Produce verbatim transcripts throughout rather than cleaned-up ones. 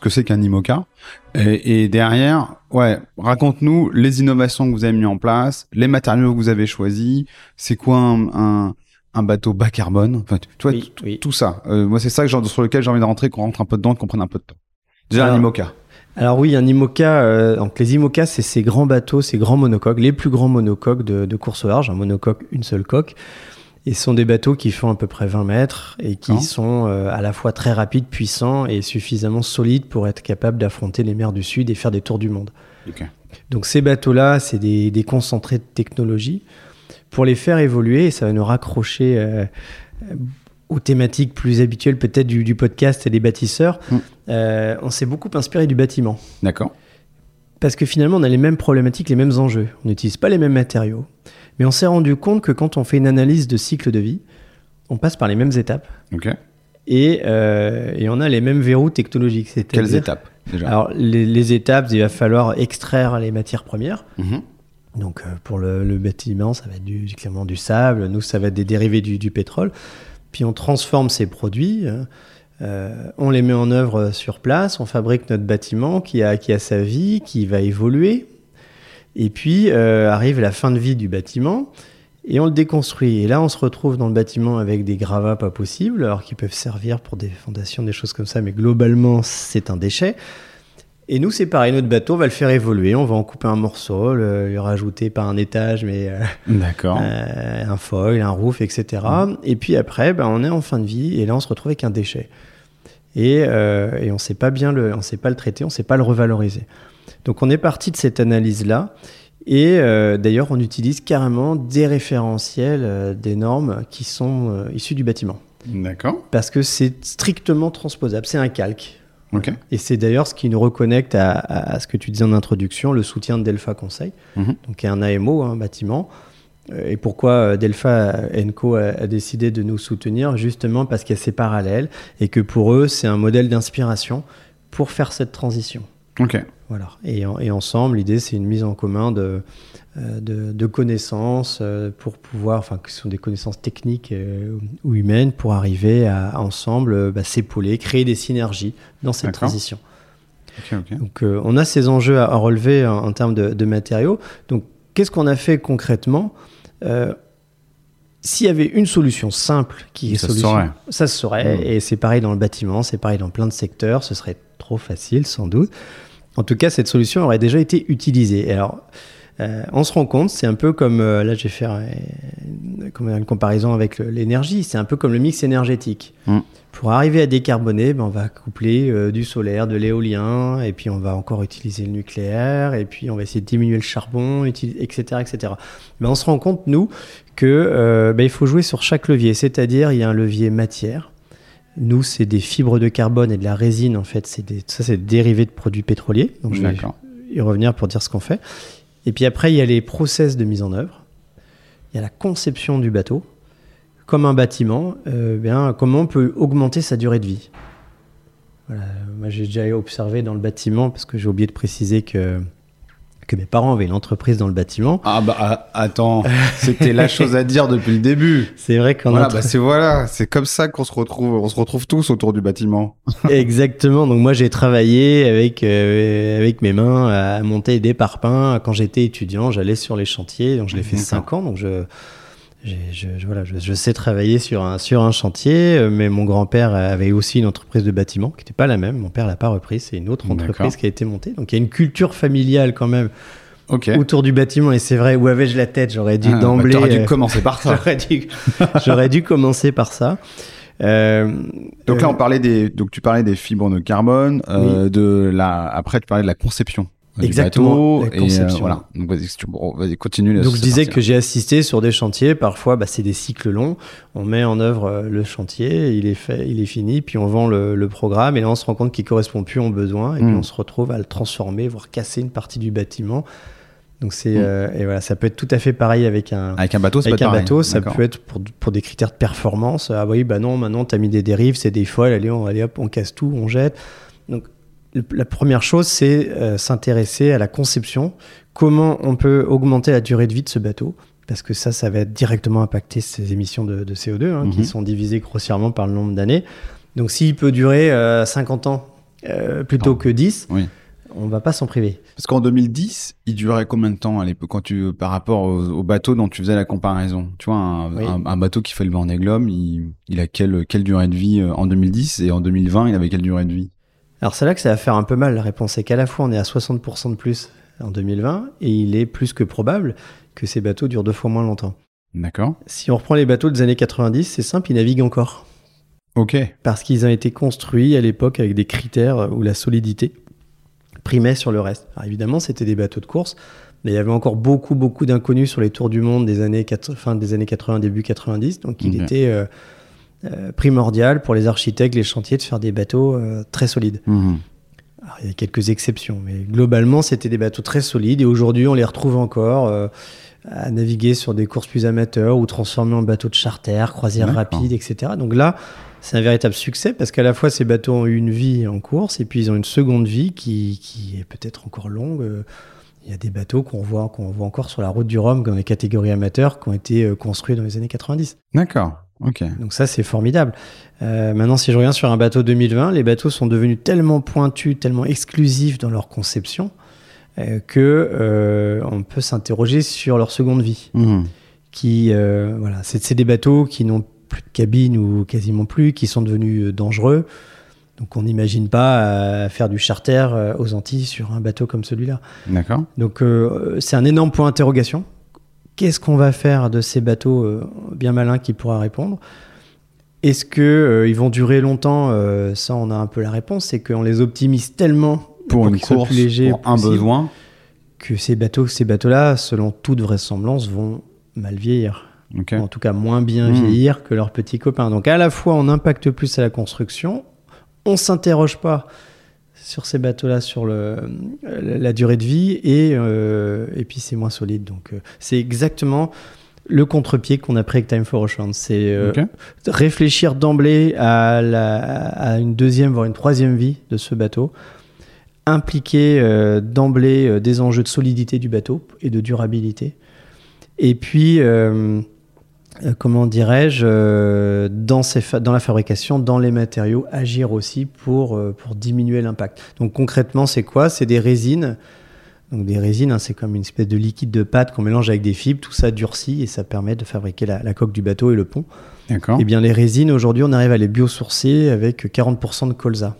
que c'est qu'un IMOCA. Et, et derrière, ouais, raconte-nous les innovations que vous avez mis en place, les matériaux que vous avez choisis. C'est quoi un, un, un bateau bas carbone? Enfin, tu vois, oui, tout, oui. tout ça. Euh, moi, c'est ça que genre, sur lequel j'ai envie de rentrer, qu'on rentre un peu dedans, qu'on prenne un peu de temps. Déjà, Alors, un IMOCA. Alors oui, un IMOCA, euh, donc les IMOCA, c'est ces grands bateaux, ces grands monocoques, les plus grands monocoques de, de course au large, un monocoque, une seule coque. Et ce sont des bateaux qui font à peu près vingt mètres et qui oh. sont euh, à la fois très rapides, puissants et suffisamment solides pour être capables d'affronter les mers du Sud et faire des tours du monde. Okay. Donc ces bateaux-là, c'est des, des concentrés de technologie. Pour les faire évoluer, et ça va nous raccrocher euh, aux thématiques plus habituelles peut-être du, du podcast et des bâtisseurs, mmh. euh, on s'est beaucoup inspiré du bâtiment. D'accord. Parce que finalement, on a les mêmes problématiques, les mêmes enjeux. On n'utilise pas les mêmes matériaux. Mais on s'est rendu compte que quand on fait une analyse de cycle de vie, on passe par les mêmes étapes. Okay. Et, euh, et on a les mêmes verrous technologiques. C'est-à-dire, quelles étapes déjà? Alors, les, les étapes, il va falloir extraire les matières premières. Mmh. Donc, euh, pour le, le bâtiment, ça va être du, clairement du sable. Nous, ça va être des dérivés du, du pétrole. Puis, on transforme ces produits. Euh, on les met en œuvre sur place. On fabrique notre bâtiment qui a, qui a sa vie, qui va évoluer. Et puis, euh, arrive la fin de vie du bâtiment et on le déconstruit. Et là, on se retrouve dans le bâtiment avec des gravats pas possibles, alors qu'ils peuvent servir pour des fondations, des choses comme ça, mais globalement, c'est un déchet. Et nous, c'est pareil, notre bateau, on va le faire évoluer. On va en couper un morceau, le, lui rajouter pas un étage, mais euh, D'accord. Euh, un foil, un roof, et cetera. Mmh. Et puis après, ben, on est en fin de vie et là, on se retrouve avec un déchet. Et, euh, et on ne sait pas bien le, on sait pas le traiter, on ne sait pas le revaloriser. Donc on est parti de cette analyse-là et euh, d'ailleurs on utilise carrément des référentiels, euh, des normes qui sont euh, issues du bâtiment. D'accord. Parce que c'est strictement transposable, c'est un calque. Okay. Et c'est d'ailleurs ce qui nous reconnecte à, à, à ce que tu disais en introduction, le soutien de Delpha Conseil, mm-hmm. donc qui est un A M O, un bâtiment. Et pourquoi Delpha Enco a, a décidé de nous soutenir? Justement parce qu'il y a ces parallèles et que pour eux c'est un modèle d'inspiration pour faire cette transition. Ok. Voilà. Et, et ensemble, l'idée, c'est une mise en commun de, de, de connaissances pour pouvoir, enfin, qui sont des connaissances techniques ou humaines, pour arriver à, ensemble, bah, s'épauler, créer des synergies dans cette D'accord. transition. Okay, okay. Donc, euh, on a ces enjeux à, à relever en, en termes de, de matériaux. Donc, qu'est-ce qu'on a fait concrètement? euh, S'il y avait une solution simple qui est ça solution, se saurait. Ça se saurait. Mmh. Et c'est pareil dans le bâtiment, c'est pareil dans plein de secteurs. Ce serait trop facile, sans doute. En tout cas, cette solution aurait déjà été utilisée. Et alors, euh, on se rend compte, c'est un peu comme, euh, là j'ai fait euh, une, une comparaison avec le, l'énergie, c'est un peu comme le mix énergétique. Mmh. Pour arriver à décarboner, ben, on va coupler euh, du solaire, de l'éolien, et puis on va encore utiliser le nucléaire, et puis on va essayer de diminuer le charbon, et cetera et cetera. Ben, on se rend compte, nous, qu'il euh, ben, faut jouer sur chaque levier, c'est-à-dire il y a un levier matière. Nous, c'est des fibres de carbone et de la résine, en fait. C'est des, ça, c'est des dérivés de produits pétroliers. Donc, je vais D'accord. y revenir pour dire ce qu'on fait. Et puis après, il y a les process de mise en œuvre. Il y a la conception du bateau. Comme un bâtiment, euh, bien, comment on peut augmenter sa durée de vie. Voilà. Moi, j'ai déjà observé dans le bâtiment, parce que j'ai oublié de préciser que... que mes parents avaient une entreprise dans le bâtiment. Ah bah attends, c'était la chose à dire depuis le début. C'est vrai qu'on voilà, a... bah c'est voilà, c'est comme ça qu'on se retrouve, on se retrouve tous autour du bâtiment. Exactement. Donc moi j'ai travaillé avec euh, avec mes mains à monter des parpaings. Quand j'étais étudiant, j'allais sur les chantiers. Donc je l'ai fait D'accord. cinq ans. Donc je j'ai, je, je voilà, je, je sais travailler sur un sur un chantier. Mais mon grand-père avait aussi une entreprise de bâtiment qui n'était pas la même. Mon père l'a pas reprise. C'est une autre entreprise D'accord. qui a été montée. Donc il y a une culture familiale quand même. Okay. Autour du bâtiment, et c'est vrai, où avais-je la tête? J'aurais dû ah, d'emblée. Bah, t'aurais dû euh, commencer par ça. j'aurais, dû, j'aurais dû commencer par ça. Euh, donc là, on parlait des, donc tu parlais des fibres de carbone, euh, oui. de la, après tu parlais de la conception. Exactement. Du bateau, la conception. Et euh, voilà. Donc vas-y, tu, bon, vas-y, continue. Là, donc je disais que j'ai assisté sur des chantiers. Parfois, bah, c'est des cycles longs. On met en œuvre le chantier, il est fait, il est fini, puis on vend le, le programme, et là on se rend compte qu'il correspond plus aux besoins, et mmh. puis on se retrouve à le transformer, voire casser une partie du bâtiment. Donc c'est mmh. euh, et voilà, ça peut être tout à fait pareil avec un avec un bateau, c'est avec pas un pareil. bateau, ça D'accord. peut être pour pour des critères de performance. Ah oui, bah non, maintenant t'as mis des dérives, c'est des foils, allez, on allez hop, on casse tout, on jette. Donc le, la première chose, c'est euh, s'intéresser à la conception. Comment on peut augmenter la durée de vie de ce bateau? Parce que ça, ça va directement impacter ses émissions de, de C O deux, hein, mmh. qui sont divisées grossièrement par le nombre d'années. Donc s'il peut durer euh, cinquante ans euh, plutôt non. que dix, Oui. on va pas s'en priver. Parce qu'en deux mille dix, il durait combien de temps à l'époque, quand tu, par rapport au, au bateau dont tu faisais la comparaison? Tu vois, un, Oui. un, un bateau qui fait le Vendée Globe, il, il a quelle, quelle durée de vie en deux mille dix et en deux mille vingt, il avait quelle durée de vie? Alors c'est là que ça va faire un peu mal. La réponse est qu'à la fois on est à soixante pour cent de plus en deux mille vingt et il est plus que probable que ces bateaux durent deux fois moins longtemps. D'accord. Si on reprend les bateaux des années quatre-vingt-dix, c'est simple, ils naviguent encore. Ok. Parce qu'ils ont été construits à l'époque avec des critères où la solidité primait sur le reste. Alors évidemment, c'était des bateaux de course, mais il y avait encore beaucoup, beaucoup d'inconnus sur les tours du monde des années quatre- fin des années quatre-vingts, début quatre-vingt-dix. Donc il Ok. était euh, euh, primordial pour les architectes, les chantiers, de faire des bateaux euh, très solides. Mhm. Alors, il y a quelques exceptions, mais globalement, c'était des bateaux très solides. Et aujourd'hui, on les retrouve encore euh, à naviguer sur des courses plus amateurs ou transformés en bateaux de charter, croisières D'accord. rapides, et cetera. Donc là, c'est un véritable succès parce qu'à la fois, ces bateaux ont eu une vie en course et puis ils ont une seconde vie qui, qui est peut-être encore longue. Euh, Il y a des bateaux qu'on voit, qu'on voit encore sur la route du Rhum dans les catégories amateurs qui ont été euh, construits dans les années quatre-vingt-dix. D'accord. Ok. Donc ça, c'est formidable. Euh, maintenant, si je reviens sur un bateau deux mille vingt, les bateaux sont devenus tellement pointus, tellement exclusifs dans leur conception euh, que euh, on peut s'interroger sur leur seconde vie. Mhm. Qui, euh, voilà, c'est, c'est des bateaux qui n'ont plus de cabine ou quasiment plus, qui sont devenus euh, dangereux. Donc on n'imagine pas euh, faire du charter euh, aux Antilles sur un bateau comme celui-là. D'accord. Donc euh, c'est un énorme point d'interrogation. Qu'est-ce qu'on va faire de ces bateaux euh, bien malins qui pourra répondre? Est-ce qu'ils euh, vont durer longtemps? euh, Ça, on a un peu la réponse. C'est qu'on les optimise tellement Pour, une qu'ils soient course, plus légers pour un possible, besoin. que ces bateaux, ces bateaux-là, selon toute vraisemblance, vont mal vieillir. Ok. Ou en tout cas, moins bien Mmh. vieillir que leurs petits copains. Donc à la fois, on impacte plus à la construction, on s'interroge pas sur ces bateaux-là, sur le, la durée de vie, et, euh, et puis c'est moins solide. Donc euh, c'est exactement le contre-pied qu'on a pris avec Time for Ocean. C'est euh, Ok. réfléchir d'emblée à, la, à une deuxième, voire une troisième vie de ce bateau, impliquer euh, d'emblée euh, des enjeux de solidité du bateau et de durabilité. Et puis, euh, euh, comment dirais-je, euh, dans, ces fa- dans la fabrication, dans les matériaux, agir aussi pour, euh, pour diminuer l'impact. Donc concrètement, c'est quoi? C'est des résines. Donc des résines, hein, c'est comme une espèce de liquide de pâte qu'on mélange avec des fibres. Tout ça durcit et ça permet de fabriquer la, la coque du bateau et le pont. D'accord. Eh bien, les résines, aujourd'hui, on arrive à les biosourcer avec quarante pour cent de colza.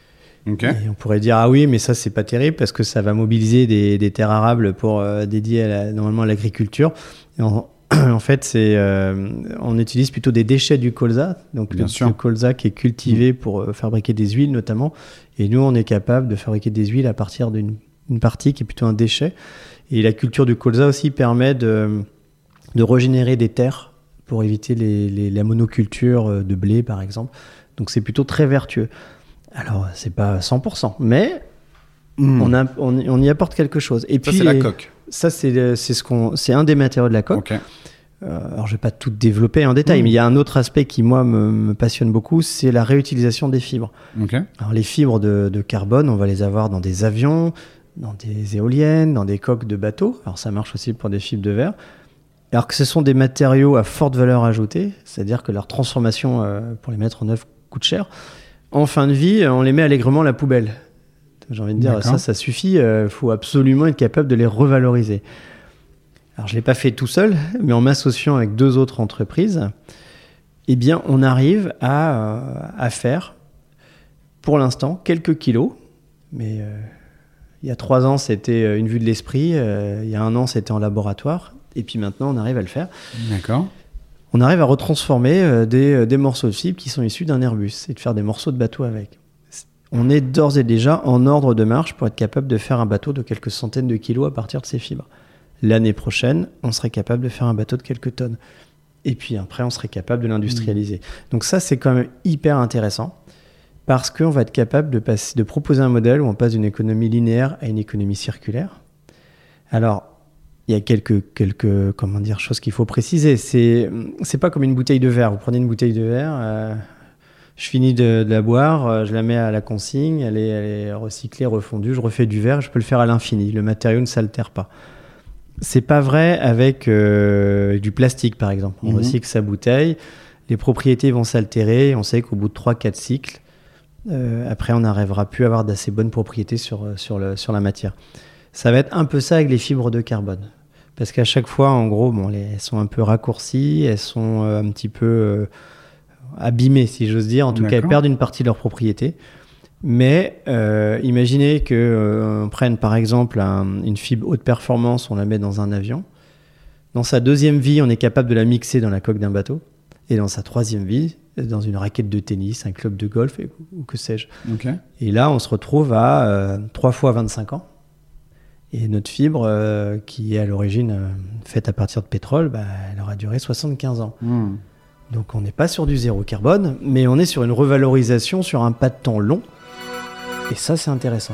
Ok. Et on pourrait dire, ah oui, mais ça, c'est pas terrible parce que ça va mobiliser des, des terres arables pour euh, dédiées à la, normalement à l'agriculture. Et en, en fait, c'est, euh, on utilise plutôt des déchets du colza, donc Bien le, sûr. le colza qui est cultivé pour euh, fabriquer des huiles notamment. Et nous, on est capable de fabriquer des huiles à partir d'une une partie qui est plutôt un déchet. Et la culture du colza aussi permet de, de régénérer des terres pour éviter les, les, la monoculture de blé, par exemple. Donc c'est plutôt très vertueux. Alors, c'est pas cent pour cent, mais Mmh. on, a, on, on y apporte quelque chose. Et Ça, puis, c'est la les- coque. Ça, c'est, le- c'est, ce qu'on, c'est un des matériaux de la coque. Ok. Euh, alors, je vais pas tout développer en détail, Mmh. mais il y a un autre aspect qui, moi, me, me passionne beaucoup, c'est la réutilisation des fibres. Ok. Alors, les fibres de, de carbone, on va les avoir dans des avions, dans des éoliennes, dans des coques de bateaux. Alors, ça marche aussi pour des fibres de verre. Alors que ce sont des matériaux à forte valeur ajoutée, c'est-à-dire que leur transformation euh, pour les mettre en œuvre coûte cher. En fin de vie, on les met allègrement à la poubelle. J'ai envie de dire, D'accord. ça, ça suffit. Il euh, faut absolument être capable de les revaloriser. Alors, je ne l'ai pas fait tout seul, mais en m'associant avec deux autres entreprises, eh bien, on arrive à, euh, à faire, pour l'instant, quelques kilos. Mais euh, il y a trois ans, c'était une vue de l'esprit. Euh, il y a un an, c'était en laboratoire. Et puis maintenant, on arrive à le faire. D'accord. On arrive à retransformer euh, des, des morceaux de fibres qui sont issus d'un Airbus et de faire des morceaux de bateau avec. On est d'ores et déjà en ordre de marche pour être capable de faire un bateau de quelques centaines de kilos à partir de ces fibres. L'année prochaine, on serait capable de faire un bateau de quelques tonnes. Et puis après, on serait capable de l'industrialiser. Mmh. Donc ça, c'est quand même hyper intéressant parce qu'on va être capable de, passer, de proposer un modèle où on passe d'une économie linéaire à une économie circulaire. Alors, il y a quelques, quelques comment dire, choses qu'il faut préciser. C'est, c'est pas comme une bouteille de verre. Vous prenez une bouteille de verre... Euh, Je finis de, de la boire, je la mets à la consigne, elle est, elle est recyclée, refondue, je refais du verre, je peux le faire à l'infini. Le matériau ne s'altère pas. C'est pas vrai avec euh, du plastique, par exemple. On mmh. recycle sa bouteille, les propriétés vont s'altérer. On sait qu'au bout de trois quatre cycles, euh, après on n'arrivera plus à avoir d'assez bonnes propriétés sur, sur, le, sur la matière. Ça va être un peu ça avec les fibres de carbone. Parce qu'à chaque fois, en gros, bon, les, elles sont un peu raccourcies, elles sont euh, un petit peu euh, abîmées, si j'ose dire. En tout D'accord. cas, elles perdent une partie de leurs propriétés. Mais euh, imaginez qu'on euh, prenne par exemple un, une fibre haute performance, on la met dans un avion. Dans sa deuxième vie, on est capable de la mixer dans la coque d'un bateau. Et dans sa troisième vie, dans une raquette de tennis, un club de golf, et, ou que sais-je. Okay. Et là, on se retrouve à euh, trois fois vingt-cinq ans. Et notre fibre, euh, qui est à l'origine euh, faite à partir de pétrole, bah, elle aura duré soixante-quinze ans. Mmh. Donc on n'est pas sur du zéro carbone, mais on est sur une revalorisation sur un pas de temps long. Et ça, c'est intéressant.